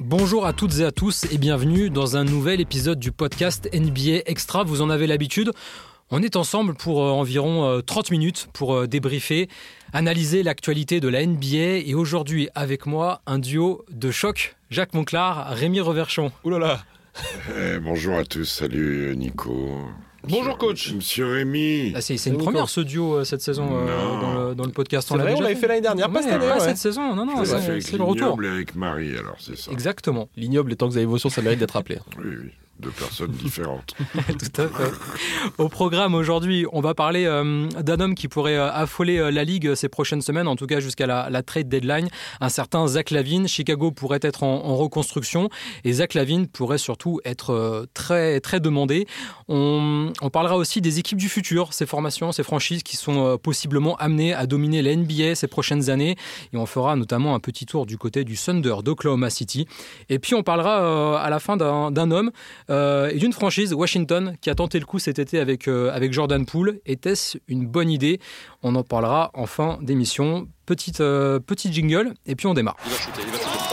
Bonjour à toutes et à tous et bienvenue dans un nouvel épisode du podcast NBA Extra. Vous en avez l'habitude. On est ensemble pour environ 30 minutes pour débriefer, analyser l'actualité de la NBA. Et aujourd'hui, avec moi, un duo de choc. Jacques Monclar, Rémi Reverchon. Ouh là là. Bonjour à tous, salut Nico. Bonjour coach. Monsieur Rémi. Ah, c'est une première ce duo cette saison dans le podcast. C'est vrai, on l'avait fait l'année dernière, pas cette année. Pas cette saison, non, c'est le retour. L'ignoble avec Marie, alors c'est ça. Exactement. L'ignoble étant que vous avez émotion, ça mérite d'être rappelé. Oui. Deux personnes différentes. Tout à fait. Au programme aujourd'hui, on va parler d'un homme qui pourrait affoler la Ligue ces prochaines semaines, en tout cas jusqu'à la trade deadline. Un certain Zach LaVine. Chicago pourrait être en reconstruction et Zach LaVine pourrait surtout être très, très demandé. On parlera aussi des équipes du futur, ces formations, ces franchises qui sont possiblement amenées à dominer la NBA ces prochaines années. Et on fera notamment un petit tour du côté du Thunder d'Oklahoma City. Et puis on parlera à la fin d'un homme et d'une franchise, Washington, qui a tenté le coup cet été avec Jordan Poole. Était-ce une bonne idée ? On en parlera en fin d'émission. Petit jingle, et puis on démarre. Il va shooter.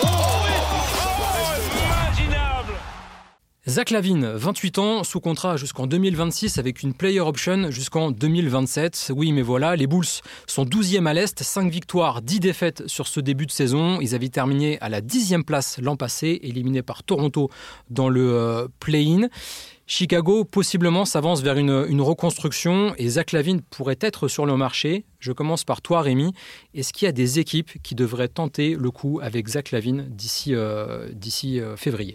Zach LaVine, 28 ans, sous contrat jusqu'en 2026 avec une player option jusqu'en 2027. Oui, mais voilà, les Bulls sont 12e à l'Est, 5 victoires, 10 défaites sur ce début de saison. Ils avaient terminé à la 10e place l'an passé, éliminés par Toronto dans le play-in. Chicago, possiblement, s'avance vers une reconstruction et Zach LaVine pourrait être sur le marché. Je commence par toi, Rémi. Est-ce qu'il y a des équipes qui devraient tenter le coup avec Zach LaVine d'ici février ?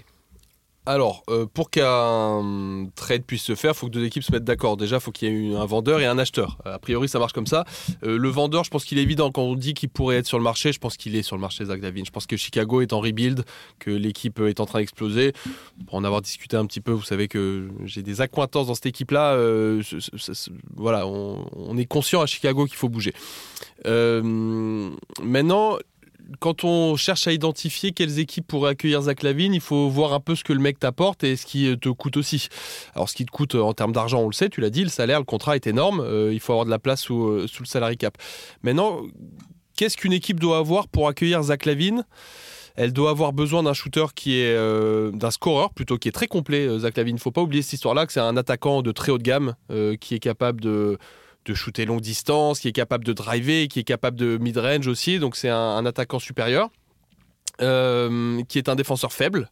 Alors, pour qu'un trade puisse se faire, il faut que deux équipes se mettent d'accord. Déjà, il faut qu'il y ait un vendeur et un acheteur. A priori, ça marche comme ça. Le vendeur, je pense qu'il est évident. Quand on dit qu'il pourrait être sur le marché, je pense qu'il est sur le marché, Zach LaVine. Je pense que Chicago est en rebuild, que l'équipe est en train d'exploser. Pour en avoir discuté un petit peu, vous savez que j'ai des accointances dans cette équipe-là. Voilà, on est conscient à Chicago qu'il faut bouger. Maintenant, quand on cherche à identifier quelles équipes pourraient accueillir Zach LaVine, il faut voir un peu ce que le mec t'apporte et ce qui te coûte aussi. Alors, ce qui te coûte en termes d'argent, on le sait, tu l'as dit, le salaire, le contrat est énorme. Il faut avoir de la place sous le salary cap. Maintenant, qu'est-ce qu'une équipe doit avoir pour accueillir Zach LaVine ? Elle doit avoir besoin d'un shooter qui est d'un scoreur plutôt, qui est très complet. Zach LaVine, il ne faut pas oublier cette histoire-là, que c'est un attaquant de très haut de gamme qui est capable de shooter longue distance, qui est capable de driver, qui est capable de mid-range aussi. Donc c'est un attaquant supérieur, qui est un défenseur faible,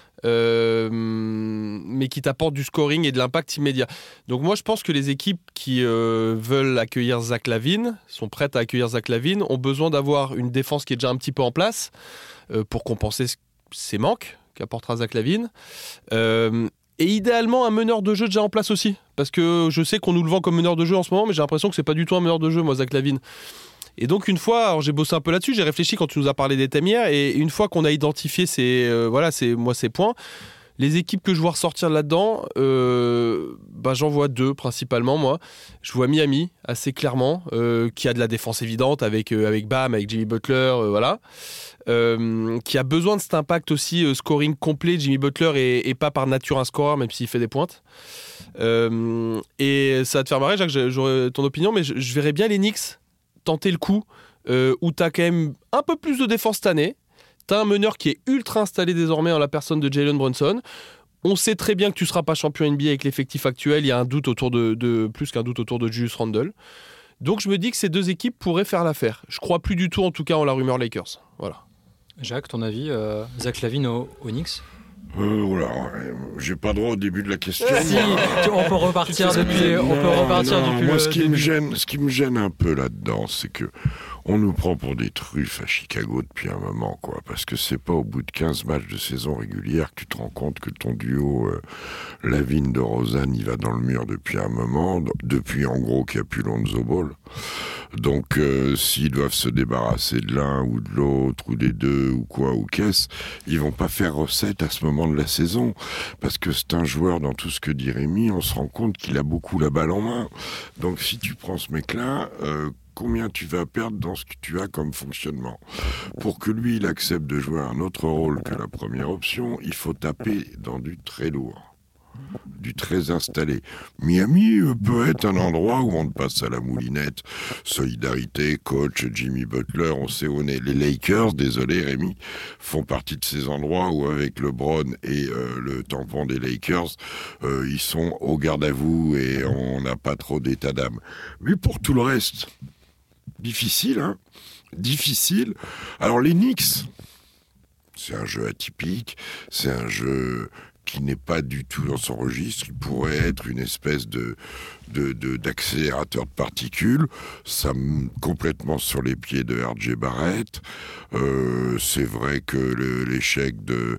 mais qui t'apporte du scoring et de l'impact immédiat. Donc moi je pense que les équipes qui veulent accueillir Zach LaVine, sont prêtes à accueillir Zach LaVine, ont besoin d'avoir une défense qui est déjà un petit peu en place pour compenser ces manques qu'apportera Zach LaVine. Et idéalement, un meneur de jeu déjà en place aussi. Parce que je sais qu'on nous le vend comme meneur de jeu en ce moment, mais j'ai l'impression que c'est pas du tout un meneur de jeu, moi, Zach LaVine. Et donc, une fois, alors j'ai bossé un peu là-dessus, j'ai réfléchi quand tu nous as parlé des thèmes hier, et une fois qu'on a identifié ces points, les équipes que je vois ressortir là-dedans, j'en vois deux principalement, moi. Je vois Miami, assez clairement, qui a de la défense évidente avec Bam, avec Jimmy Butler, voilà. Qui a besoin de cet impact aussi scoring complet. Jimmy Butler est pas par nature un scoreur, même s'il fait des pointes. Et ça va te faire marrer, Jacques, j'aurais ton opinion, mais je verrais bien les Knicks tenter le coup, où tu as quand même un peu plus de défense cette année. Tu as un meneur qui est ultra installé désormais en la personne de Jalen Brunson. On sait très bien que tu ne seras pas champion NBA avec l'effectif actuel. Il y a un doute autour de plus qu'un doute autour de Julius Randle. Donc je me dis que ces deux équipes pourraient faire l'affaire. Je crois plus du tout en tout cas en la rumeur Lakers. Voilà. Jacques, ton avis, Zach LaVine aux Knicks ? J'ai pas droit au début de la question. Si, on peut repartir depuis. Moi, ce qui me gêne un peu là-dedans, c'est que on nous prend pour des truffes à Chicago depuis un moment, quoi. Parce que c'est pas au bout de 15 matchs de saison régulière que tu te rends compte que ton duo LaVine de Rosanne, il va dans le mur depuis un moment, depuis en gros qu'il n'y a plus Lonzo Ball. Donc s'ils doivent se débarrasser de l'un ou de l'autre ou des deux ou quoi ou qu'est-ce, ils vont pas faire recette à ce moment de la saison, parce que c'est un joueur, dans tout ce que dit Rémi, on se rend compte qu'il a beaucoup la balle en main. Donc si tu prends ce mec-là, combien tu vas perdre dans ce que tu as comme fonctionnement. Pour que lui, il accepte de jouer un autre rôle que la première option, il faut taper dans du très lourd. du très installé. Miami peut être un endroit où on passe à la moulinette. Solidarité, coach, Jimmy Butler, on sait où on est. Les Lakers, désolé Rémi, font partie de ces endroits où avec LeBron et le tampon des Lakers, ils sont au garde à vous et on n'a pas trop d'état d'âme. Mais pour tout le reste, difficile, hein ? Difficile. Alors les Knicks, c'est un jeu atypique, c'est un jeu qui n'est pas du tout dans son registre, qui pourrait être une espèce d'accélérateur de particules. Ça complètement sur les pieds de R.J. Barrett. C'est vrai que l'échec de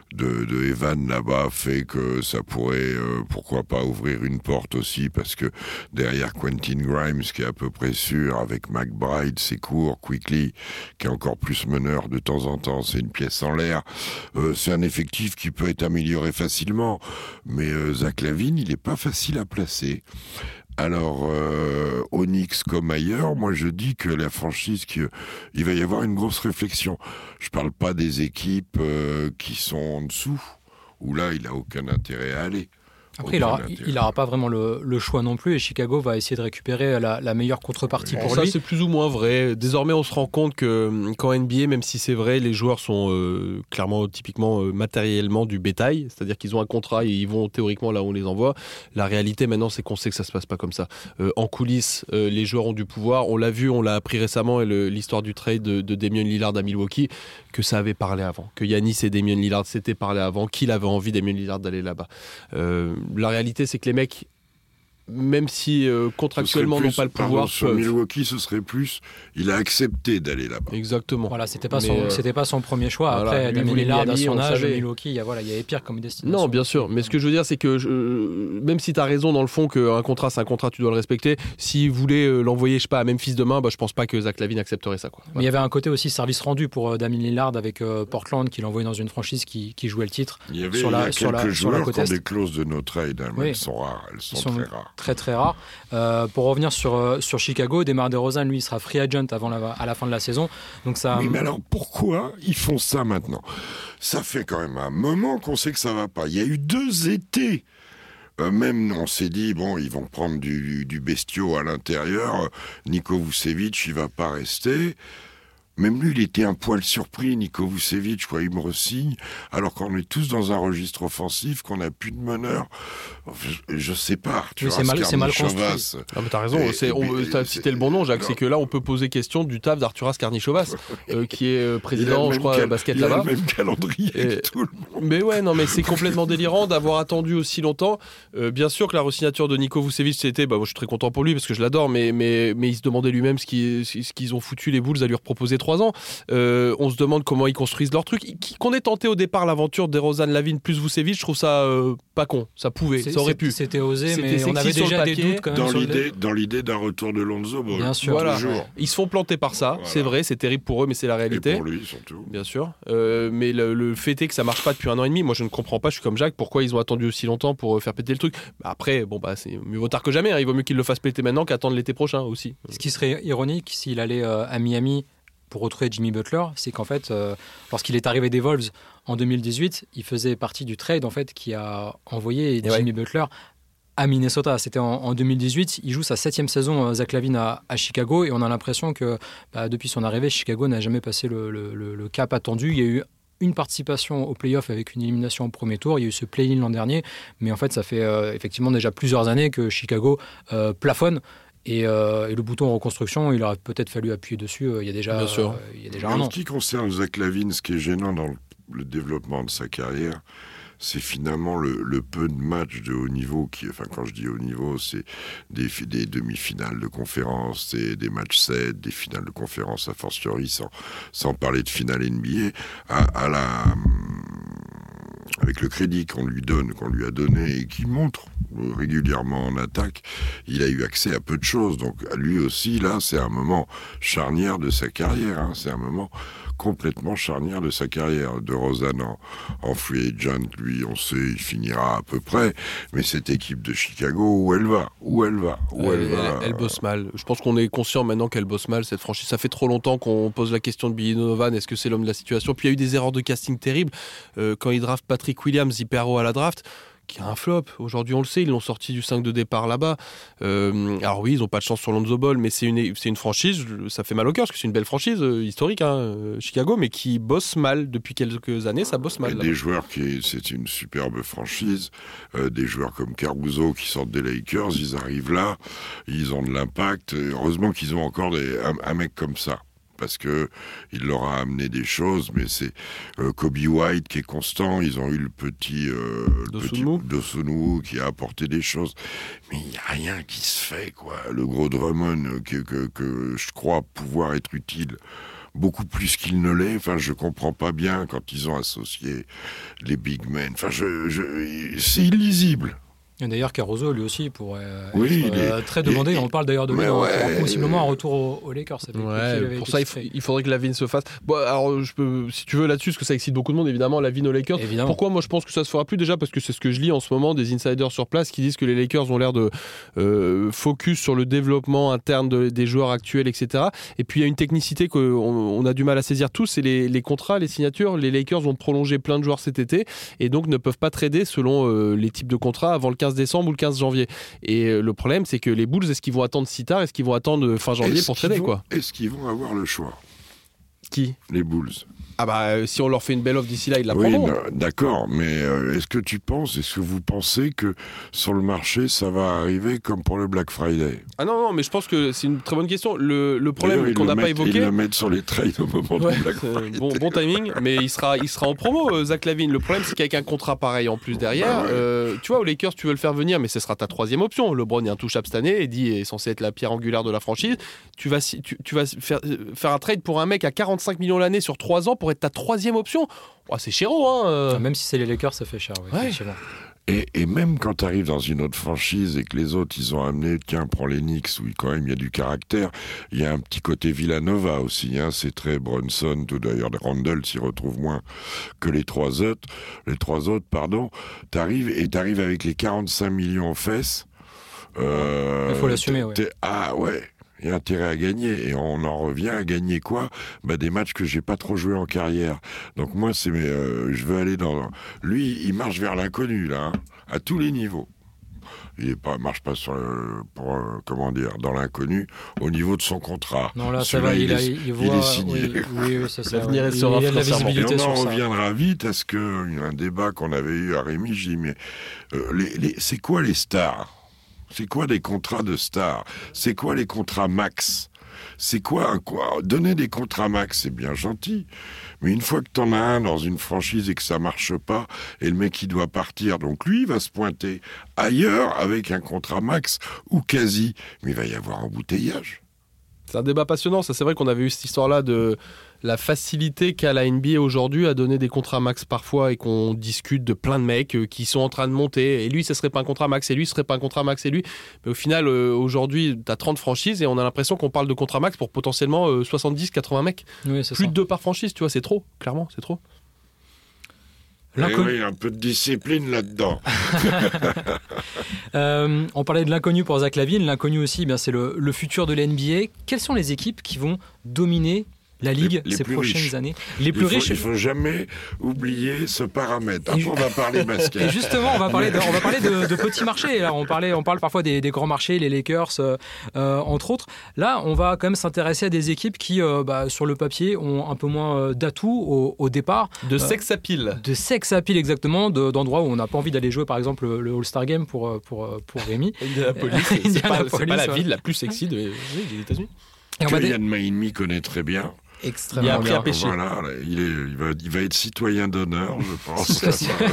Evan là-bas fait que ça pourrait, pourquoi pas, ouvrir une porte aussi, parce que derrière Quentin Grimes, qui est à peu près sûr, avec McBride, c'est court, Quickly, qui est encore plus meneur de temps en temps, c'est une pièce en l'air. C'est un effectif qui peut être amélioré facilement, mais Zach LaVine, il n'est pas facile à placer. Alors, au Knicks comme ailleurs, moi je dis que la franchise, il va y avoir une grosse réflexion. Je parle pas des équipes qui sont en dessous, où là il n'a aucun intérêt à aller. Après, il n'aura pas vraiment le choix non plus, et Chicago va essayer de récupérer la meilleure contrepartie pour lui. Ça, c'est plus ou moins vrai. Désormais, on se rend compte qu'en NBA, même si c'est vrai, les joueurs sont clairement, typiquement, matériellement du bétail. C'est-à-dire qu'ils ont un contrat et ils vont théoriquement là où on les envoie. La réalité, maintenant, c'est qu'on sait que ça ne se passe pas comme ça. En coulisses, les joueurs ont du pouvoir. On l'a vu, on l'a appris récemment, l'histoire du trade de Damian Lillard à Milwaukee, que ça avait parlé avant. Que Giannis et Damian Lillard s'étaient parlé avant, qu'il avait envie, Damian Lillard, d'aller là-bas. La réalité, c'est que les mecs, même si contractuellement n'ont pas le pouvoir, sur Milwaukee, ce serait plus. Il a accepté d'aller là-bas. Exactement. Voilà, c'était pas son premier choix. Voilà, après, Damian Lillard à son âge, savait. Milwaukee, il y avait pire comme destination. Non, bien sûr. Mais ce que je veux dire, c'est que même si tu as raison dans le fond qu'un contrat, c'est un contrat, tu dois le respecter. S'il voulait l'envoyer, je sais pas, à Memphis demain, je pense pas que Zach LaVine accepterait ça, quoi. Mais il y avait un côté aussi service rendu pour Damian Lillard avec Portland, qui l'envoyait dans une franchise qui jouait le titre. Il y avait sur la côte est. Des clauses de no trade, mais oui. Elles sont rares. Elles sont très rares. Très très rares. Pour revenir sur Chicago, DeMar DeRozan, lui, il sera free agent à la fin de la saison. Donc ça... Oui, mais alors pourquoi ils font ça maintenant ? Ça fait quand même un moment qu'on sait que ça va pas. Il y a eu 2 étés. Même on s'est dit, bon, ils vont prendre du bestiau à l'intérieur. Niko Vucevic, il va pas rester. Même lui, il était un poil surpris, Niko Vucevic, quoi, il me re-signe, alors qu'on est tous dans un registre offensif, qu'on n'a plus de meneur. Je sais pas. Oui, c'est mal construit. Non, mais t'as raison, t'as cité le bon nom, Jacques, c'est que là, on peut poser question du taf d'Arturas Karnišovas, qui est président, je crois, basket là-bas. Il a le même calendrier que tout le monde. Mais ouais, non, mais c'est complètement délirant d'avoir attendu aussi longtemps. Bien sûr que la re-signature de Niko Vucevic, c'était, moi je suis très content pour lui, parce que je l'adore, mais il se demandait lui-même ce qu'ils ont foutu les Bulls à lui reproposer 3 ans. On se demande comment ils construisent leur truc. Qu'on ait tenté au départ l'aventure de DeRozan, LaVine plus Vucevic, je trouve ça pas con. Ça pouvait, ça aurait pu. C'était osé, mais on avait déjà des doutes quand même. Dans l'idée d'un retour de Lonzo Ball. Bien sûr. Voilà. Ils se font planter par ça, voilà. C'est vrai, c'est terrible pour eux, mais c'est la réalité. Et pour lui surtout. Bien sûr. Mais le fait est que ça marche pas depuis 1 an et demi. Moi, je ne comprends pas. Je suis comme Jacques. Pourquoi ils ont attendu aussi longtemps pour faire péter le truc ? Après, c'est mieux vaut tard que jamais. Hein. Il vaut mieux qu'ils le fassent péter maintenant qu'attendre l'été prochain aussi. Ce qui serait ironique s'il allait à Miami pour retrouver Jimmy Butler, c'est qu'en fait, lorsqu'il est arrivé des Wolves en 2018, il faisait partie du trade en fait qui a envoyé Jimmy Butler à Minnesota. C'était en 2018. Il joue sa 7e saison, Zach LaVine, à Chicago, et on a l'impression que depuis son arrivée, Chicago n'a jamais passé le cap attendu. Il y a eu une participation au play-off avec une élimination au premier tour. Il y a eu ce play-in l'an dernier, mais en fait, ça fait effectivement déjà plusieurs années que Chicago plafonne. Et le bouton reconstruction, il aurait peut-être fallu appuyer dessus il y a déjà un an. En ce qui concerne Zach LaVine, ce qui est gênant dans le développement de sa carrière, c'est finalement le peu de matchs de haut niveau quand je dis haut niveau, c'est des demi-finales de conférence, c'est des matchs 7, des finales de conférence a fortiori, sans parler de finale NBA, avec le crédit qu'on lui a donné et qui montre régulièrement en attaque, il a eu accès à peu de choses. Donc lui aussi, là, c'est un moment charnière de sa carrière. Hein. C'est un moment complètement charnière de sa carrière. DeRozan en free agent, lui, on sait, il finira à peu près. Mais cette équipe de Chicago, où elle va ? Elle bosse mal. Je pense qu'on est conscient maintenant qu'elle bosse mal, cette franchise. Ça fait trop longtemps qu'on pose la question de Billy Donovan. Est-ce que c'est l'homme de la situation ? Puis il y a eu des erreurs de casting terribles. Quand il draft Patrick Williams, hyper haut à la draft, qui a un flop. Aujourd'hui, on le sait, ils l'ont sorti du 5 de départ là-bas. Alors oui, ils n'ont pas de chance sur Lonzo Ball, mais c'est une franchise, ça fait mal au cœur, parce que c'est une belle franchise historique, Chicago, mais qui bosse mal. Depuis quelques années, ça bosse mal. Des joueurs c'est une superbe franchise. Des joueurs comme Caruso qui sortent des Lakers, ils arrivent là, ils ont de l'impact. Heureusement qu'ils ont encore un mec comme ça. Parce qu'il leur a amené des choses, mais c'est Kobe White qui est constant, ils ont eu le petit Dosunmu qui a apporté des choses, mais il n'y a rien qui se fait, quoi. Le gros Drummond que je crois pouvoir être utile beaucoup plus qu'il ne l'est, enfin je comprends pas bien quand ils ont associé les big men, enfin c'est illisible. Et d'ailleurs, Caruso, lui aussi, pourrait être très demandé. On parle d'ailleurs de lui possiblement un retour aux Lakers. Pour ça, il faudrait que Lavine se fasse. Bon, alors, si tu veux là-dessus, parce que ça excite beaucoup de monde, évidemment, Lavine aux Lakers. Évidemment. Pourquoi moi je pense que ça se fera plus déjà? Parce que c'est ce que je lis en ce moment des insiders sur place qui disent que les Lakers ont l'air de focus sur le développement interne des joueurs actuels, etc. Et puis il y a une technicité qu'on a du mal à saisir tous, c'est les contrats, les signatures. Les Lakers ont prolongé plein de joueurs cet été et donc ne peuvent pas trader selon les types de contrats avant le 15 décembre ou le 15 janvier. Et le problème, c'est que les Bulls, est-ce qu'ils vont attendre si tard? Est-ce qu'ils vont attendre fin janvier pour trader, quoi? Est-ce qu'ils vont avoir le choix? Qui? Les Bulls. Ah bah, si on leur fait une belle offre d'ici là, ils la prendront. Oui, d'accord, mais est-ce que vous pensez que sur le marché, ça va arriver comme pour le Black Friday? Ah non, mais je pense que c'est une très bonne question. Le problème qu'on n'a pas évoqué... Ils le mettent sur les trades au moment du Black Friday. Bon timing, mais il sera en promo, Zach LaVine. Le problème, c'est qu'avec un contrat pareil en plus derrière, tu vois, aux Lakers, tu veux le faire venir, mais ce sera ta troisième option. LeBron est intouchable cette année, Eddie est censé être la pierre angulaire de la franchise. Tu vas faire un trade pour un mec à 45 millions l'année sur 3 ans pour être ta troisième option. Oh, c'est chéro, hein. Même si c'est les Lakers, ça fait cher, effectivement. Et même quand tu arrives dans une autre franchise et que les autres, ils ont amené, tiens, prends les Knicks, où quand même il y a du caractère, il y a un petit côté Villanova aussi, c'est très Brunson, tout d'ailleurs, Randle s'y retrouve moins que les trois autres, t'arrives avec les 45 millions aux fesses. Il faut l'assumer, il y a intérêt à gagner, et on en revient à gagner quoi? Des matchs que j'ai pas trop joué en carrière. Donc moi, je veux aller dans... Lui, il marche vers l'inconnu, là, à tous les niveaux. Il marche pas dans l'inconnu au niveau de son contrat. Non, là, ça va, il est signé. Oui, ça l'avenir sera il y a de la visibilité sur ça. On reviendra vite à un débat qu'on avait eu à Rémi. J'ai dit, mais c'est quoi les stars? C'est quoi des contrats de stars? C'est quoi les contrats max? C'est quoi donner des contrats max, c'est bien gentil. Mais une fois que t'en as un dans une franchise et que ça marche pas, et le mec il doit partir, donc lui il va se pointer ailleurs avec un contrat max ou quasi, mais il va y avoir embouteillage. C'est un débat passionnant, ça c'est vrai qu'on avait eu cette histoire-là de la facilité qu'a la NBA aujourd'hui à donner des contrats max parfois et qu'on discute de plein de mecs qui sont en train de monter et lui ce serait pas un contrat max et lui ce serait pas un contrat max et lui, mais au final aujourd'hui t'as 30 franchises et on a l'impression qu'on parle de contrat max pour potentiellement 70-80 mecs. Oui, c'est plus ça. de 2 par franchise, tu vois, c'est trop, clairement c'est trop. Oui, un peu de discipline là-dedans. On parlait de l'inconnu pour Zach LaVine. L'inconnu aussi, c'est le futur de la NBA. Quelles sont les équipes qui vont dominer la Ligue ces prochaines années? Les plus riches. Il ne faut jamais oublier ce paramètre. Après, on va parler basket. Et justement, on va parler de petits marchés. Là, on parle parfois des grands marchés, les Lakers, entre autres. Là, on va quand même s'intéresser à des équipes qui, sur le papier, ont un peu moins d'atouts au départ. De sex appeal. De sex appeal, exactement. D'endroits où on n'a pas envie d'aller jouer, par exemple, le All-Star Game pour Rémi. Indianapolis, c'est pas la ville la plus sexy des États-Unis. Kylian Mahinmi connaît très bien. Extrêmement il a appris à pêcher. Voilà, il va être citoyen d'honneur, je pense.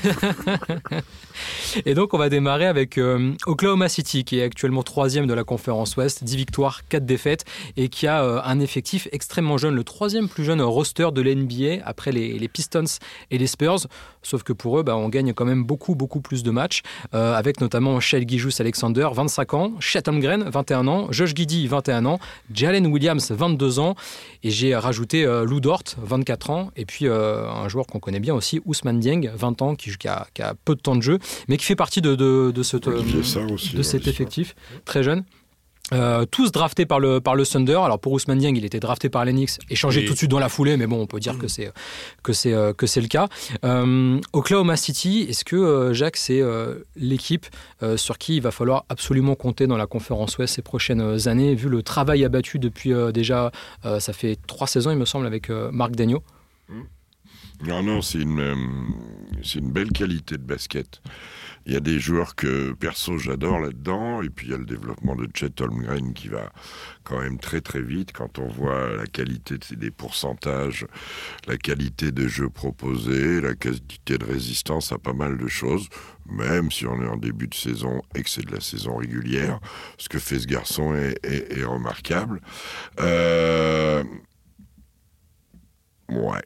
Et donc, on va démarrer avec Oklahoma City, qui est actuellement 3e de la conférence Ouest, 10 victoires, 4 défaites, et qui a un effectif extrêmement jeune, le 3e plus jeune roster de l'NBA, après les Pistons et les Spurs. Sauf que pour eux, on gagne quand même beaucoup plus de matchs, avec notamment Shai Gilgeous-Alexander, 25 ans, Chet Holmgren, 21 ans, Josh Giddey, 21 ans, Jalen Williams, 22 ans, et j'ai rajouté Lou Dort, 24 ans, et puis un joueur qu'on connaît bien aussi, Ousmane Dieng, 20 ans, qui a peu de temps de jeu, mais qui fait partie de cet effectif, très jeune. tous draftés par le Thunder. Alors pour Ousmane Dieng, il était drafté par les Knicks, échangé tout de suite dans la foulée, mais bon, on peut dire que c'est le cas. Oklahoma City, est-ce que Jacques, c'est l'équipe sur qui il va falloir absolument compter dans la conférence Ouest ces prochaines années, vu le travail abattu depuis déjà, ça fait 3 saisons, il me semble, avec Mark Daigneault? Non, c'est une belle qualité de basket. Il y a des joueurs que, perso, j'adore là-dedans. Et puis, il y a le développement de Chet Holmgren qui va quand même très, très vite. Quand on voit la qualité des pourcentages, la qualité de jeu proposé, la qualité de résistance à pas mal de choses, même si on est en début de saison et que c'est de la saison régulière, ce que fait ce garçon est remarquable. Ouais.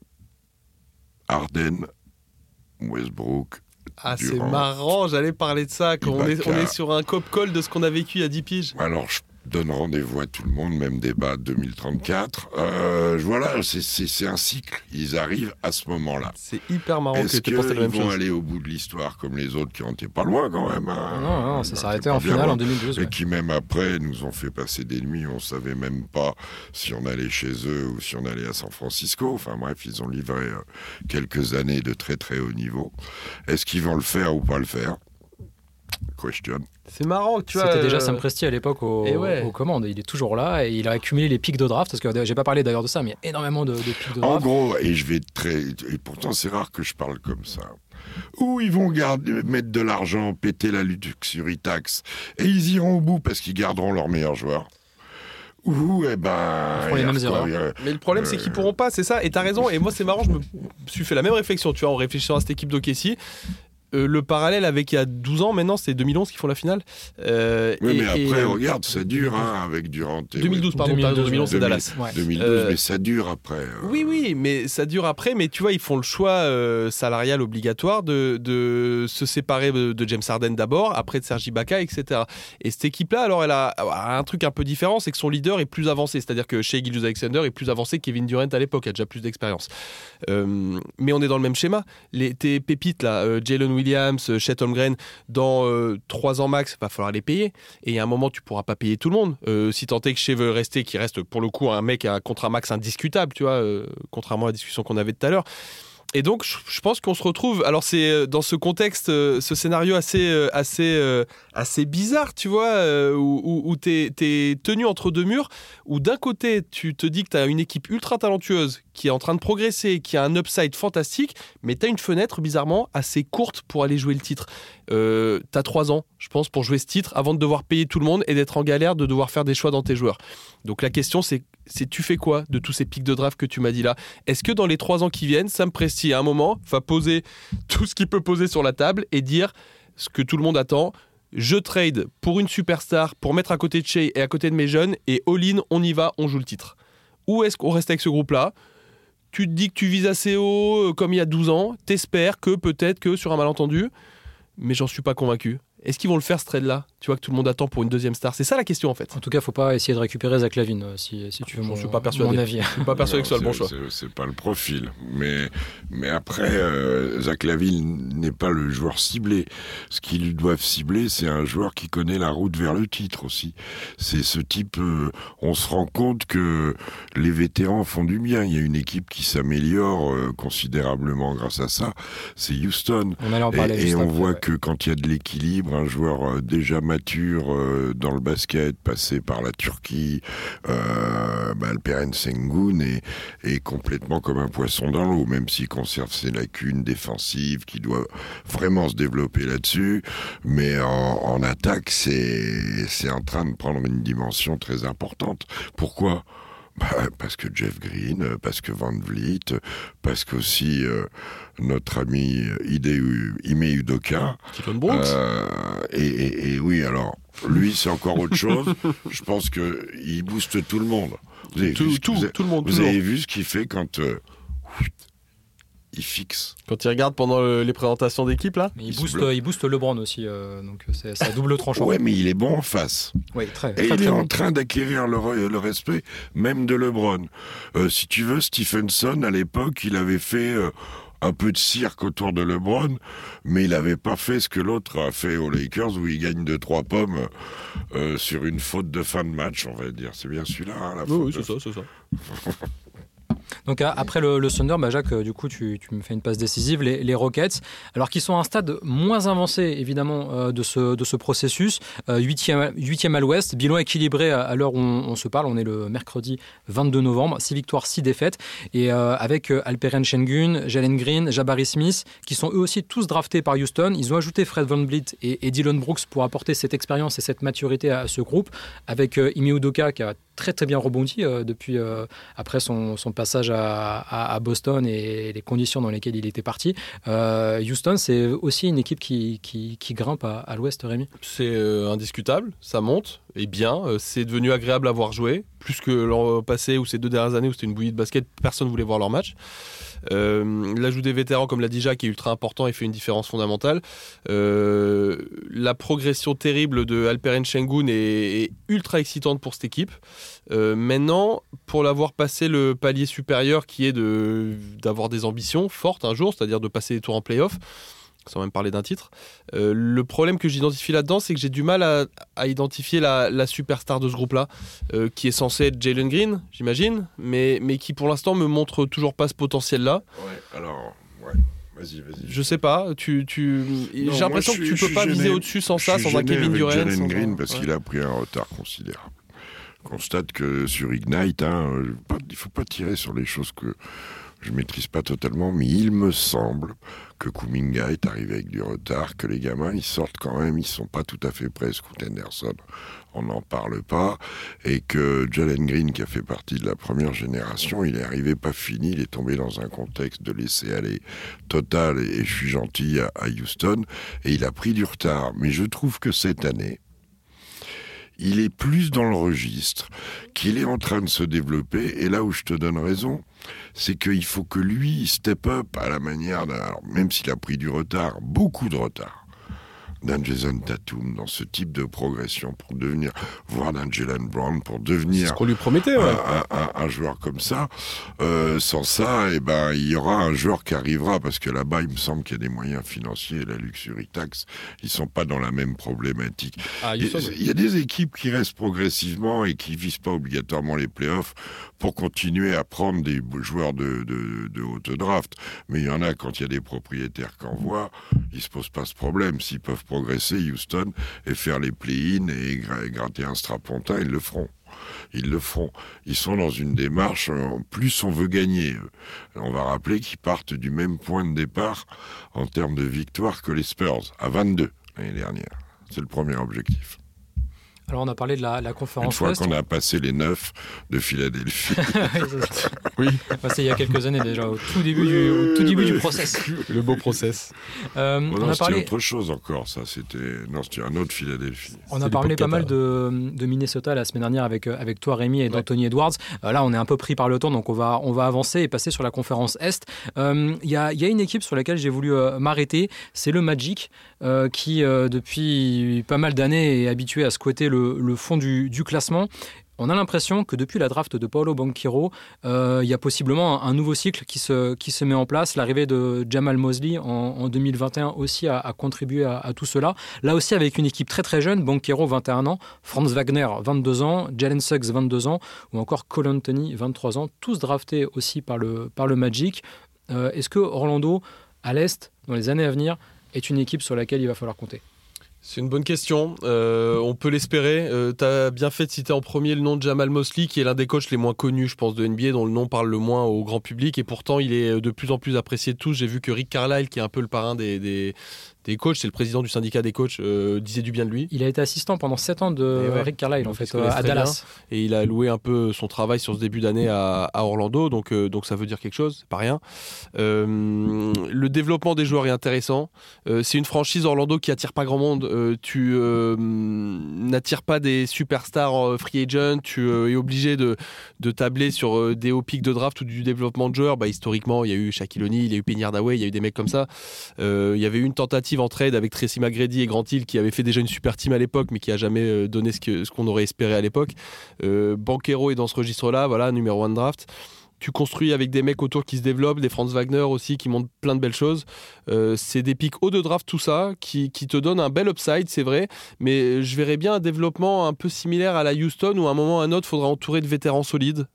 Harden, Westbrook, c'est Durant. marrant, j'allais parler de ça, quand on est sur un cop-call de ce qu'on a vécu il y a 10 piges. Alors, je donne rendez-vous à tout le monde, même débat 2034. Voilà, c'est un cycle. Ils arrivent à ce moment-là. C'est hyper marrant Est-ce que tu penses la même qu'ils vont chose. aller au bout de l'histoire comme les autres qui ont été pas loin quand même, hein. Non, ça s'est arrêté en finale en 2012. Et qui même après nous ont fait passer des nuits, on savait même pas si on allait chez eux ou si on allait à San Francisco. Enfin bref, ils ont livré quelques années de très très haut niveau. Est-ce qu'ils vont le faire ou pas le faire? Question. C'est marrant, tu vois. C'était déjà Sam Presti à l'époque aux commandes. Il est toujours là et il a accumulé les pics de draft. Parce que j'ai pas parlé d'ailleurs de ça, mais il y a énormément de pics de draft. En gros, et pourtant c'est rare que je parle comme ça. Ou ils vont mettre de l'argent, péter la luxury tax, et ils iront au bout parce qu'ils garderont leurs meilleurs joueurs. Ou ils font les mêmes erreurs. Mais le problème, c'est qu'ils pourront pas, c'est ça. Et t'as raison. Et moi, c'est marrant, je me suis fait la même réflexion, tu vois, en réfléchissant à cette équipe d'OKC. Le parallèle avec il y a 12 ans, maintenant, c'est 2011 qui font la finale. Mais après, regarde, ça dure, avec Durant. 2012, pardon, 2011, c'est Dallas. Ouais. 2012, mais ça dure après. Oui, mais ça dure après. Mais tu vois, ils font le choix salarial obligatoire de se séparer de James Harden d'abord, après de Serge Ibaka, etc. Et cette équipe-là, alors, elle a un truc un peu différent, c'est que son leader est plus avancé. C'est-à-dire que Shai Gilgeous-Alexander est plus avancé que Kevin Durant à l'époque, a déjà plus d'expérience. Mais on est dans le même schéma. Tes pépites, là, Jalen Williams, Chet Holmgren, dans 3 ans max, il va falloir les payer. Et à un moment, tu ne pourras pas payer tout le monde. Si tant est que Shai veut rester, qui reste pour le coup un mec à un contrat max indiscutable, tu vois, contrairement à la discussion qu'on avait tout à l'heure. Et donc, je pense qu'on se retrouve. Alors, c'est dans ce contexte, ce scénario assez bizarre, tu vois, où t'es tenu entre deux murs, où d'un côté, tu te dis que t'as une équipe ultra talentueuse qui est en train de progresser, qui a un upside fantastique, mais t'as une fenêtre, bizarrement, assez courte pour aller jouer le titre. T'as 3 ans, je pense, pour jouer ce titre, avant de devoir payer tout le monde et d'être en galère, de devoir faire des choix dans tes joueurs. Donc, la question, c'est tu fais quoi de tous ces pics de draft que tu m'as dit là? Est-ce que dans les 3 ans qui viennent, Sam Presti, à un moment, va poser tout ce qu'il peut poser sur la table et dire ce que tout le monde attend: je trade pour une superstar, pour mettre à côté de Shai et à côté de mes jeunes, et all-in, on y va, on joue le titre? Ou est-ce qu'on reste avec ce groupe-là? Tu te dis que tu vises assez haut, comme il y a 12 ans, t'espères que peut-être que sur un malentendu, mais j'en suis pas convaincu. Est-ce qu'ils vont le faire, ce trade-là? Tu vois, que tout le monde attend pour une deuxième star. C'est ça la question, en fait. En tout cas, il ne faut pas essayer de récupérer Zach LaVine, si tu veux mon avis. Je suis pas persuadé que ce soit le bon choix. C'est pas le profil. Mais après, Zach LaVine n'est pas le joueur ciblé. Ce qu'ils lui doivent cibler, c'est un joueur qui connaît la route vers le titre aussi. C'est ce type... on se rend compte que les vétérans font du bien. Il y a une équipe qui s'améliore considérablement grâce à ça. C'est Houston. On allait en parler et on voit que quand il y a de l'équilibre, un joueur déjà mature dans le basket, passé par la Turquie, Alperen Sengun est complètement comme un poisson dans l'eau, même s'il conserve ses lacunes défensives, qui doit vraiment se développer là-dessus. Mais en attaque, c'est en train de prendre une dimension très importante. Pourquoi ? Parce que Jeff Green, parce que Van Vliet, parce qu'aussi notre ami Ime Udoka. Stephen Brooks. Et oui, alors, lui, c'est encore autre chose. Je pense qu'il booste tout le monde. Tout le monde. Vous avez vu ce qu'il fait quand... il fixe. Quand il regarde pendant les présentations d'équipe, là, il booste LeBron aussi, donc c'est à double tranchant. Ouais, mais il est bon en face. Oui, Et il est en train d'acquérir le respect, même de LeBron. Si tu veux, Stephenson, à l'époque, il avait fait un peu de cirque autour de LeBron, mais il n'avait pas fait ce que l'autre a fait aux Lakers, où il gagne 2-3 pommes sur une faute de fin de match, on va dire. C'est bien celui-là, hein, la faute. Oui, c'est ça. Donc après le Thunder, Jacques, du coup tu me fais une passe décisive, les Rockets, alors qu'ils sont à un stade moins avancé évidemment de ce processus, 8e à l'ouest, bilan équilibré à l'heure où on se parle, on est le mercredi 22 novembre, 6 victoires, 6 défaites, et avec Alperen Şengün, Jalen Green, Jabari Smith, qui sont eux aussi tous draftés par Houston. Ils ont ajouté Fred VanVleet et Dillon Brooks pour apporter cette expérience et cette maturité à ce groupe, avec Ime Udoka qui a très très bien rebondi depuis après son passage à Boston et les conditions dans lesquelles il était parti. Houston, c'est aussi une équipe qui grimpe à l'ouest, Rémi. C'est indiscutable, ça monte, et bien, c'est devenu agréable à voir jouer, plus que l'an passé ou ces 2 dernières années où c'était une bouillie de basket, personne ne voulait voir leur match. L'ajout des vétérans, comme l'a dit Jacques, est ultra important et fait une différence fondamentale. La progression terrible de Alperen Şengün est ultra excitante pour cette équipe. Maintenant, pour l'avoir passé le palier supérieur qui est d'avoir des ambitions fortes un jour, c'est-à-dire de passer les tours en play-off, sans même parler d'un titre. Le problème que j'identifie là-dedans, c'est que j'ai du mal à identifier la superstar de ce groupe-là, qui est censé être Jalen Green, j'imagine, mais qui pour l'instant me montre toujours pas ce potentiel-là. Ouais, alors, vas-y. Je sais pas, j'ai l'impression que tu peux pas viser au-dessus sans ça, sans un Kevin Durant. Jalen Green, parce qu'il a pris un retard considérable. Je constate que sur Ignite, il faut pas tirer sur les choses que je maîtrise pas totalement, mais il me semble que Kuminga est arrivé avec du retard, que les gamins, ils sortent quand même, ils sont pas tout à fait prêts. Scoot Henderson, on n'en parle pas, et que Jalen Green, qui a fait partie de la première génération, il est arrivé pas fini, il est tombé dans un contexte de laisser aller total, et je suis gentil à Houston, et il a pris du retard. Mais je trouve que cette année, il est plus dans le registre, qu'il est en train de se développer, et là où je te donne raison, c'est qu'il faut que lui step up à la manière même s'il a pris du retard, beaucoup de retard, d'un Jason Tatum dans ce type de progression pour devenir, voire d'un Jaylen Brown pour devenir c'est ce qu'on lui promettait, un joueur comme ça. Sans ça, il y aura un joueur qui arrivera, parce que là-bas, il me semble qu'il y a des moyens financiers, la luxury tax, ils sont pas dans la même problématique. Il y a des équipes qui restent progressivement et qui visent pas obligatoirement les playoffs pour continuer à prendre des joueurs de haute draft. Mais il y en a, quand il y a des propriétaires qui envoient, ils se posent pas ce problème. S'ils peuvent progresser, Houston, et faire les play-in et gratter un strapontin, ils le feront. Ils sont dans une démarche, en plus on veut gagner. On va rappeler qu'ils partent du même point de départ en termes de victoire que les Spurs, à 22 l'année dernière. C'est le premier objectif. Alors on a parlé de la conférence Une fois Ouest. qu'on a passé les 9 de Philadelphie. Oui. C'est il y a quelques années déjà, au tout début du process. Le beau process. On a parlé autre chose encore, ça. C'était un autre Philadelphie. On a parlé pas mal de Minnesota la semaine dernière avec toi, Rémi, et d'Anthony Edwards. Là, on est un peu pris par le temps, donc on va avancer et passer sur la conférence Est. Il y a une équipe sur laquelle j'ai voulu m'arrêter, c'est le Magic, qui depuis pas mal d'années est habitué à squatter le fond du classement. On a l'impression que depuis la draft de Paolo Banchero, il y a possiblement un nouveau cycle qui se met en place. L'arrivée de Jamal Mosley en 2021 aussi a contribué à tout cela. Là aussi avec une équipe très très jeune, Banchero 21 ans, Franz Wagner 22 ans, Jalen Suggs 22 ans ou encore Cole Anthony 23 ans, tous draftés aussi par le Magic. Est-ce que Orlando, à l'Est, dans les années à venir, est une équipe sur laquelle il va falloir compter ? C'est une bonne question, on peut l'espérer. Tu as bien fait de citer en premier le nom de Jamal Mosley, qui est l'un des coachs les moins connus, je pense, de NBA, dont le nom parle le moins au grand public, et pourtant il est de plus en plus apprécié de tous. J'ai vu que Rick Carlisle, qui est un peu le parrain des coachs, c'est le président du syndicat des coachs, disait du bien de lui. Il a été assistant pendant 7 ans de Rick Carlisle, en fait, à Dallas. Bien. Et il a loué un peu son travail sur ce début d'année à Orlando, donc ça veut dire quelque chose, c'est pas rien. Le développement des joueurs est intéressant. C'est une franchise Orlando qui attire pas grand monde. Tu n'attires pas des superstars free agent, tu es obligé de tabler sur des hauts pics de draft ou du développement de joueurs. Historiquement, il y a eu Shaquille O'Neal, il y a eu Penny Hardaway, il y a eu des mecs comme ça. Il y avait eu une tentative en trade avec Tracy McGrady et Grant Hill qui avait fait déjà une super team à l'époque, mais qui a jamais donné ce qu'on aurait espéré à l'époque. Banchero est dans ce registre-là, voilà, numéro 1 de draft. tu construis avec des mecs autour qui se développent, des Franz Wagner aussi qui montrent plein de belles choses. C'est des pics hauts de draft, tout ça, qui te donnent un bel upside, c'est vrai, mais je verrais bien un développement un peu similaire à la Houston où à un moment ou à un autre, il faudra entourer de vétérans solides.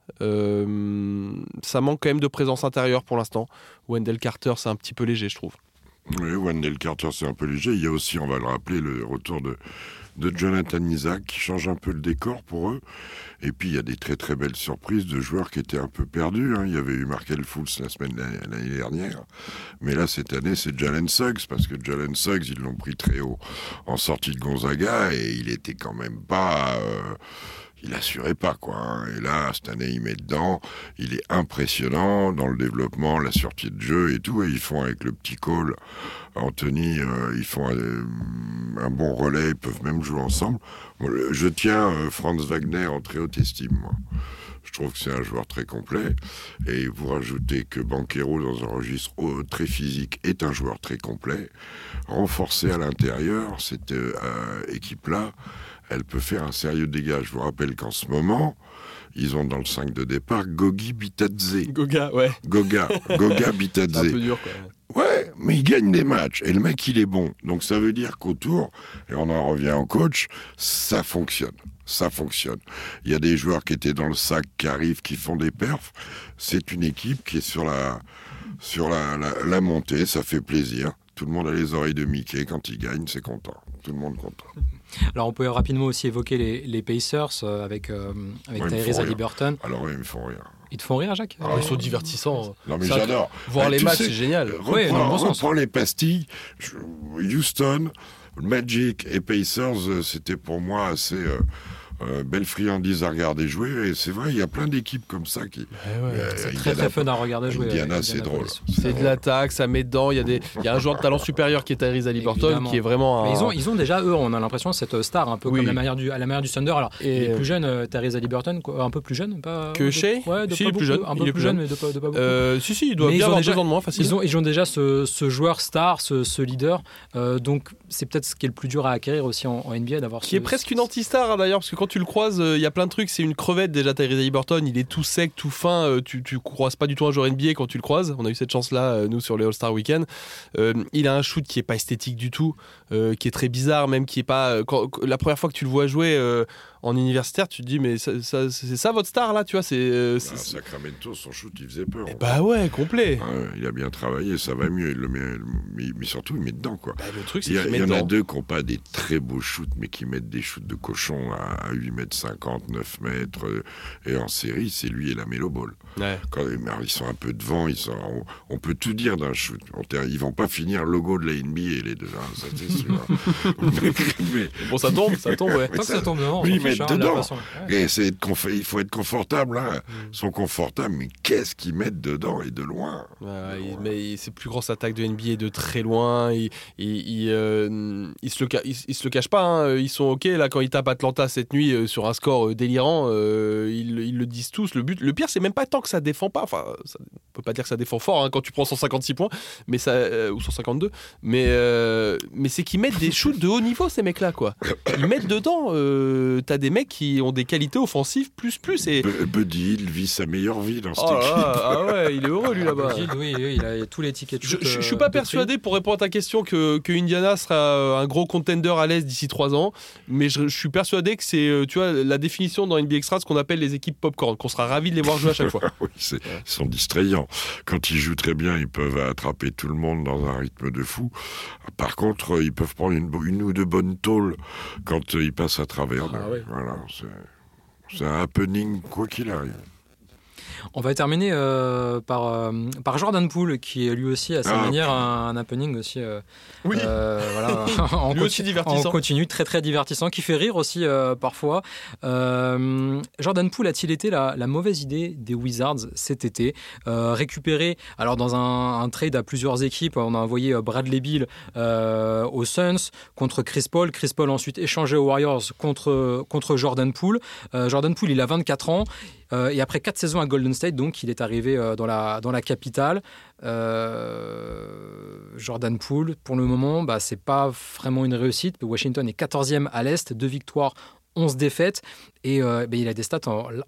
Ça manque quand même de présence intérieure pour l'instant. Wendell Carter, c'est un petit peu léger, je trouve. Oui, Wendell Carter, c'est un peu léger. Il y a aussi, on va le rappeler, le retour de Jonathan Isaac qui change un peu le décor pour eux. Et puis, il y a des très très belles surprises de joueurs qui étaient un peu perdus. Il y avait eu Markel Fultz l'année dernière. Mais là, cette année, c'est Jalen Suggs, parce que Jalen Suggs, ils l'ont pris très haut en sortie de Gonzaga, et il était quand même pas... il assurait pas, quoi. Et là, cette année, il met dedans. Il est impressionnant dans le développement, la sortie de jeu et tout. Et ils font avec le petit Cole, Anthony, ils font un bon relais. Ils peuvent même jouer ensemble. Je tiens Franz Wagner en très haute estime, moi. Je trouve que c'est un joueur très complet. Et vous rajoutez que Banchero, dans un registre très physique, est un joueur très complet. Renforcé à l'intérieur, cette équipe-là, elle peut faire un sérieux dégât. Je vous rappelle qu'en ce moment, ils ont dans le 5 de départ Gogi Bitadze. Goga Bitadze. C'est un peu dur, quoi. Ouais, mais il gagne des matchs. Et le mec, il est bon. Donc ça veut dire qu'autour, et on en revient au coach, ça fonctionne. Ça fonctionne. Il y a des joueurs qui étaient dans le sac, qui arrivent, qui font des perfs. C'est une équipe qui est sur la montée. Ça fait plaisir. Tout le monde a les oreilles de Mickey. Quand il gagne, c'est content. Tout le monde content. Alors, on peut rapidement aussi évoquer les Pacers avec Tyrese Haliburton. Alors, ils me font rire. Ils te font rire, Jacques? Ils sont divertissants. Non, mais j'adore. Voir les matchs, c'est génial. Reprends les pastilles. Houston, Magic et Pacers, c'était pour moi assez... belle friandise à regarder jouer, et c'est vrai, il y a plein d'équipes comme ça qui... c'est très fun à regarder jouer. Indiana, c'est drôle. C'est de l'attaque, ça met dedans, il y a un joueur de talent supérieur qui est Tyrese Haliburton, qui est vraiment un... Mais ils ont déjà, eux, on a l'impression, cette star, un peu comme à la manière du Thunder. Alors, il est plus jeune, Tyrese Haliburton, un peu plus jeune, pas... Que Shea? Ouais, il est plus jeune. Un peu plus jeune, mais de pas beaucoup. Si, il doit bien avoir 2 ans de moins, facilement. Ils ont déjà ce joueur star, ce leader, donc c'est peut-être ce qui est le plus dur à acquérir aussi en NBA, d'avoir qui est presque une anti-star, d'ailleurs, parce que quand tu le croises, il y a plein de trucs, c'est une crevette déjà. Tyrese Haliburton, il est tout sec, tout fin, tu croises pas du tout un joueur NBA quand tu le croises. On a eu cette chance là, nous, sur les All-Star Weekend. Il a un shoot qui est pas esthétique du tout, qui est très bizarre, même qui est pas... la première fois que tu le vois jouer en universitaire, tu te dis, mais c'est ça votre star là, tu vois, Sacramento, son shoot, il faisait peur. Bah ouais, complet. Il a bien travaillé, ça va mieux, il le met, mais surtout il met dedans, quoi. Bah, le truc, c'est il y en a deux qui n'ont pas des très beaux shoots, mais qui mettent des shoots de cochon à 8,50 m, 9 mètres, et en série, c'est lui et la Melo Ball. Ouais. Quand ils sont un peu devant, on peut tout dire d'un shoot. Ils vont pas finir le logo de la NBA, les deux, ça c'est sûr. Bon, ça tombe, ouais. Tant que ça tombe devant, oui, mais dedans. Et il faut être confortable, hein. Ils sont confortables, mais qu'est-ce qu'ils mettent dedans et de loin. Mais c'est plus grosse attaque de NBA de très loin. Ils se le cachent pas, hein. Ils sont ok là quand ils tapent Atlanta cette nuit sur un score délirant. Ils le disent tous. Le pire, c'est même pas tant que ça défend pas. Enfin, on peut pas dire que ça défend fort quand tu prends 156 points, mais ou 152. Mais c'est qu'ils mettent des shoots de haut niveau, ces mecs-là, quoi. Ils mettent dedans. T'as des mecs qui ont des qualités offensives plus. Et Buddy, il vit sa meilleure vie dans cette équipe. Ah ouais, il est heureux lui là-bas. Buddy, oui, il a tous les tickets de shoot. Je suis pas persuadé, pour répondre à ta question, que Indiana sera un gros contender à l'Est d'ici 3 ans, mais je suis persuadé que c'est, tu vois, la définition dans NBA Extra, ce qu'on appelle les équipes popcorn, qu'on sera ravis de les voir jouer à chaque fois. Oui, ils sont distrayants. Quand ils jouent très bien, ils peuvent attraper tout le monde dans un rythme de fou. Par contre, ils peuvent prendre une ou deux bonnes tôles quand ils passent à travers. Ouais. Voilà, c'est un happening quoi qu'il arrive. On va terminer par Jordan Poole, qui est lui aussi à sa manière un happening aussi. Oui. Voilà, lui aussi divertissant. En continu, très très divertissant, qui fait rire aussi parfois. Jordan Poole a-t-il été la mauvaise idée des Wizards cet été? Récupéré, alors dans un trade à plusieurs équipes, on a envoyé Bradley Beal aux Suns contre Chris Paul. Chris Paul ensuite échangé aux Warriors contre Jordan Poole. Jordan Poole, il a 24 ans. Et après 4 saisons à Golden State, donc il est arrivé dans la capitale. Jordan Poole, pour le moment, c'est pas vraiment une réussite. Washington est 14e à l'Est, 2 victoires, 11 défaites. Et il a des stats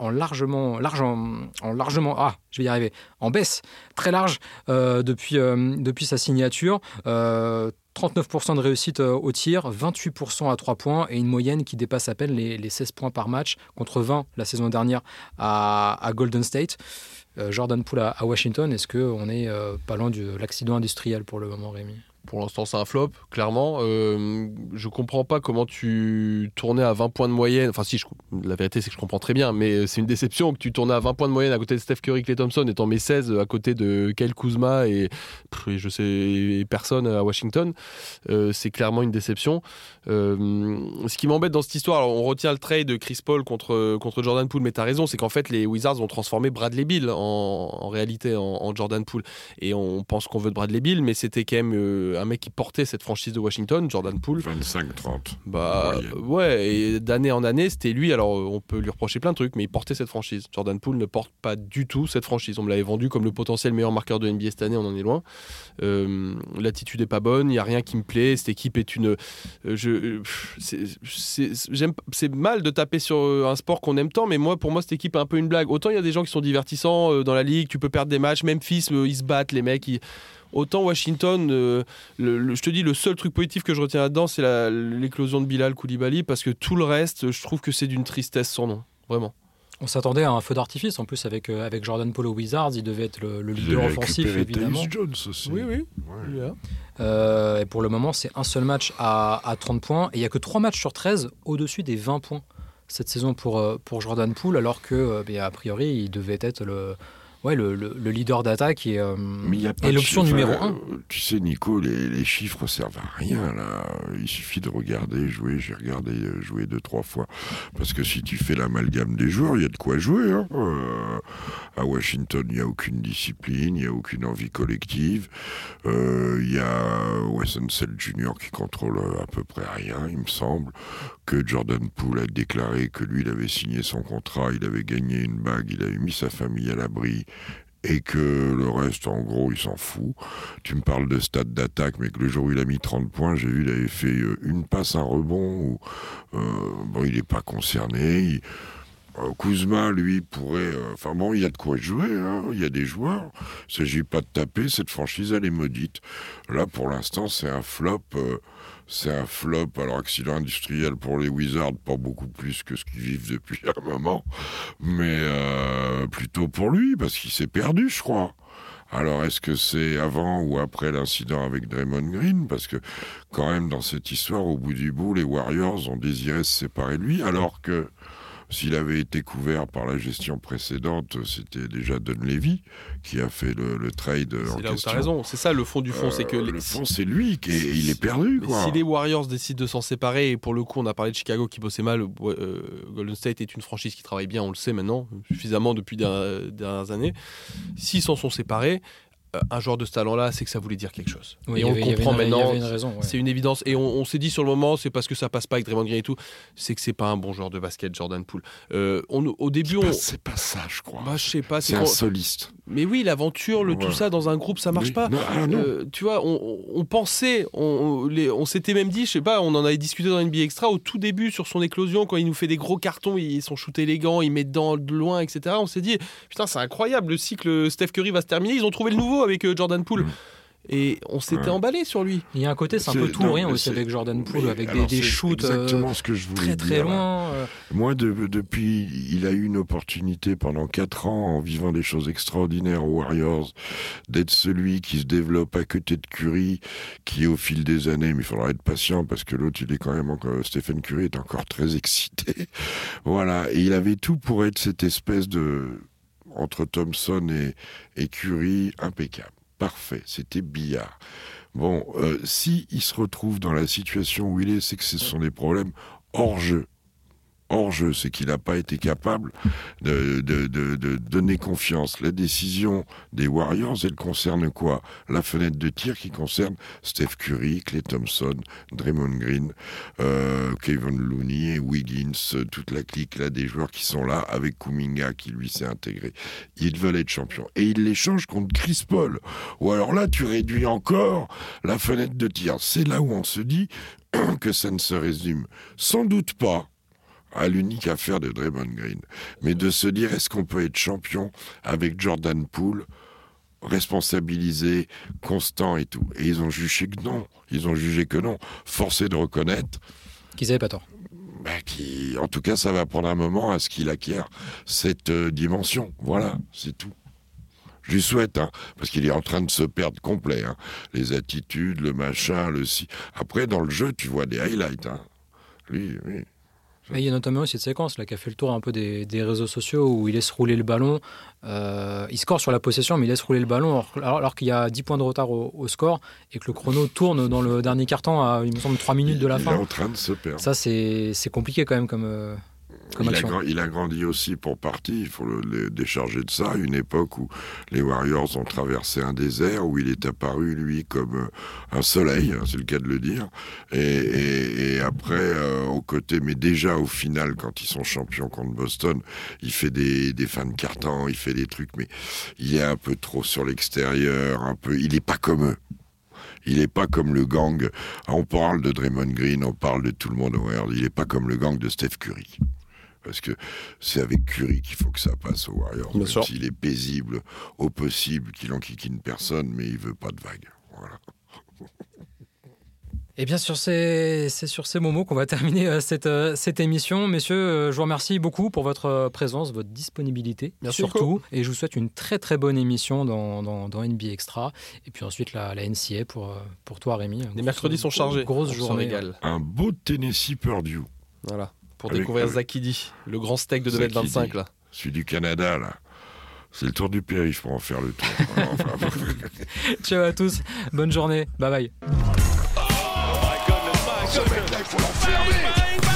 en baisse très large depuis sa signature. 39% de réussite au tir, 28% à 3 points et une moyenne qui dépasse à peine les 16 points par match contre 20 la saison dernière à Golden State. Jordan Poole à Washington, est-ce qu'on est pas loin de l'accident industriel pour le moment, Rémi ? Pour l'instant, c'est un flop, clairement. Je comprends pas comment tu tournais à 20 points de moyenne. Enfin, la vérité, c'est que je comprends très bien, mais c'est une déception que tu tournais à 20 points de moyenne à côté de Steph Curry, Klay Thompson, et t'en mets 16 à côté de Kyle Kuzma et personne à Washington. C'est clairement une déception. Ce qui m'embête dans cette histoire, alors on retient le trade de Chris Paul contre Jordan Poole, mais t'as raison, c'est qu'en fait, les Wizards ont transformé Bradley Beal en réalité en Jordan Poole. Et on pense qu'on veut de Bradley Beal, mais c'était quand même un mec qui portait cette franchise de Washington, Jordan Poole. 25-30. Ouais, et d'année en année, c'était lui. Alors, on peut lui reprocher plein de trucs, mais il portait cette franchise. Jordan Poole ne porte pas du tout cette franchise. On me l'avait vendu comme le potentiel meilleur marqueur de NBA cette année, on en est loin. L'attitude est pas bonne, il n'y a rien qui me plaît. Cette équipe est une... c'est mal de taper sur un sport qu'on aime tant, mais pour moi, cette équipe est un peu une blague. Autant il y a des gens qui sont divertissants dans la ligue, tu peux perdre des matchs. Memphis, ils se battent, les mecs... Autant Washington, je te dis, le seul truc positif que je retiens là-dedans, c'est l'éclosion de Bilal Coulibaly, parce que tout le reste, je trouve que c'est d'une tristesse sans nom, vraiment. On s'attendait à un feu d'artifice, en plus, avec Jordan Poole aux Wizards, il devait être le leader offensif, évidemment. Jones aussi. Oui. Ouais. Et pour le moment, c'est un seul match à 30 points, et il n'y a que 3 matchs sur 13 au-dessus des 20 points cette saison pour Jordan Poole, alors que, a priori, il devait être le leader d'attaque et l'option numéro 1. Tu sais, Nico, les chiffres servent à rien, là. Il suffit de regarder jouer. J'ai regardé jouer 2-3 fois. Parce que si tu fais l'amalgame des joueurs, il y a de quoi jouer. Hein. À Washington, il n'y a aucune discipline, il n'y a aucune envie collective. Il y a Wes Unseld Jr. qui contrôle à peu près rien, il me semble. Que Jordan Poole a déclaré que lui, il avait signé son contrat, il avait gagné une bague, il avait mis sa famille à l'abri, et que le reste, en gros, il s'en fout. Tu me parles de stade d'attaque, mais que le jour où il a mis 30 points, j'ai vu, il avait fait une passe, un rebond, il n'est pas concerné. Kuzma, lui, pourrait... il y a de quoi jouer, hein. Il y a des joueurs. Il ne s'agit pas de taper, cette franchise, elle est maudite. Là, pour l'instant, c'est un flop... alors accident industriel pour les Wizards, pas beaucoup plus que ce qu'ils vivent depuis un moment, mais plutôt pour lui, parce qu'il s'est perdu, je crois. Alors, est-ce que c'est avant ou après l'incident avec Draymond Green ? Parce que, quand même, dans cette histoire, au bout du bout, les Warriors ont désiré se séparer de lui, alors que s'il avait été couvert par la gestion précédente, c'était déjà Dunleavy qui a fait le trade en question. C'est là où tu as raison. C'est ça le fond du fond. C'est que le fond, c'est lui. Il est perdu. Quoi. Si les Warriors décident de s'en séparer, et pour le coup, on a parlé de Chicago qui bossait mal, Golden State est une franchise qui travaille bien, on le sait maintenant, suffisamment depuis dernières années. S'ils s'en sont séparés, un joueur de ce talent-là, c'est que ça voulait dire quelque chose. Oui, et on le comprend maintenant. Raison, c'est une évidence. Et on s'est dit sur le moment, c'est parce que ça passe pas avec Draymond Green et tout, c'est que c'est pas un bon joueur de basket, Jordan Poole. Au début, c'est pas ça, je crois. Je sais pas. C'est un soliste. Mais oui, l'aventure, tout ça dans un groupe, ça marche pas. Non. Tu vois, on pensait, on s'était même dit, je sais pas, on en avait discuté dans NBA Extra au tout début sur son éclosion, quand il nous fait des gros cartons, son shoot élégant, il met dedans de loin, etc. On s'est dit, putain, c'est incroyable, le cycle Steph Curry va se terminer. Ils ont trouvé le nouveau avec Jordan Poole. Et on s'était emballé sur lui. Il y a un côté, c'est un peu tout ou rien aussi avec Jordan Poole, avec des shoots exactement ce que je voulais très très loin. Moi, depuis, il a eu une opportunité pendant 4 ans, en vivant des choses extraordinaires aux Warriors, d'être celui qui se développe à côté de Curry, qui au fil des années, mais il faudra être patient parce que l'autre, il est quand même encore, Stephen Curry est encore très excité. Voilà, et il avait tout pour être cette espèce de, entre Thompson et Curry, impeccable. Parfait, c'était billard. Bon, si il se retrouve dans la situation où il est, c'est que ce sont des problèmes hors jeu. Hors jeu, c'est qu'il n'a pas été capable de donner confiance. La décision des Warriors, elle concerne quoi ? La fenêtre de tir qui concerne Steph Curry, Klay Thompson, Draymond Green, Kevin Looney, Wiggins, toute la clique là des joueurs qui sont là, avec Kuminga qui lui s'est intégré. Ils veulent être champions. Et ils l'échangent contre Chris Paul. Ou alors là, tu réduis encore la fenêtre de tir. C'est là où on se dit que ça ne se résume sans doute pas à l'unique affaire de Draymond Green. Mais de se dire, est-ce qu'on peut être champion avec Jordan Poole, responsabilisé, constant et tout. Et ils ont jugé que non. Forcé de reconnaître qu'ils n'avaient pas tort. En tout cas, ça va prendre un moment à ce qu'il acquiert cette dimension. Voilà, c'est tout. Je lui souhaite, parce qu'il est en train de se perdre complet. Les attitudes, le machin, le si. Après, dans le jeu, tu vois des highlights. Lui, oui. Et il y a notamment aussi cette séquence là, qui a fait le tour un peu des réseaux sociaux où il laisse rouler le ballon. Il score sur la possession, mais il laisse rouler le ballon alors qu'il y a 10 points de retard au score et que le chrono tourne dans le dernier quart-temps à, il me semble, 3 minutes de la fin. Il est en train de se perdre. Ça, c'est compliqué quand même comme action. Il a grandi aussi pour partie, il faut le décharger de ça, une époque où les Warriors ont traversé un désert, où il est apparu, lui, comme un soleil, c'est le cas de le dire, et après, aux côtés, mais déjà au final, quand ils sont champions contre Boston, il fait des fins de carton, il fait des trucs, mais il est un peu trop sur l'extérieur, il n'est pas comme eux. Il n'est pas comme le gang, on parle de Draymond Green, on parle de tout le monde, il n'est pas comme le gang de Steph Curry. Parce que c'est avec Curry qu'il faut que ça passe aux Warriors. Même s'il est paisible au possible, qu'il enquiquine personne, mais il veut pas de vagues. Voilà. Et bien c'est sur ces mots qu'on va terminer cette émission. Messieurs, je vous remercie beaucoup pour votre présence, votre disponibilité. Merci surtout. beaucoup. Et je vous souhaite une très très bonne émission dans NBA Extra. Et puis ensuite la NCA pour toi, Rémi. Les mercredis sont chargés. Grosse journée. Un beau Tennessee Purdue. Voilà. Pour découvrir Zakidi, le grand steak de 2,25 m là. Celui du Canada, là. C'est le tour du périph' pour en faire le tour. Ciao à tous, bonne journée, bye bye. Ce mec-là, il faut l'enfermer.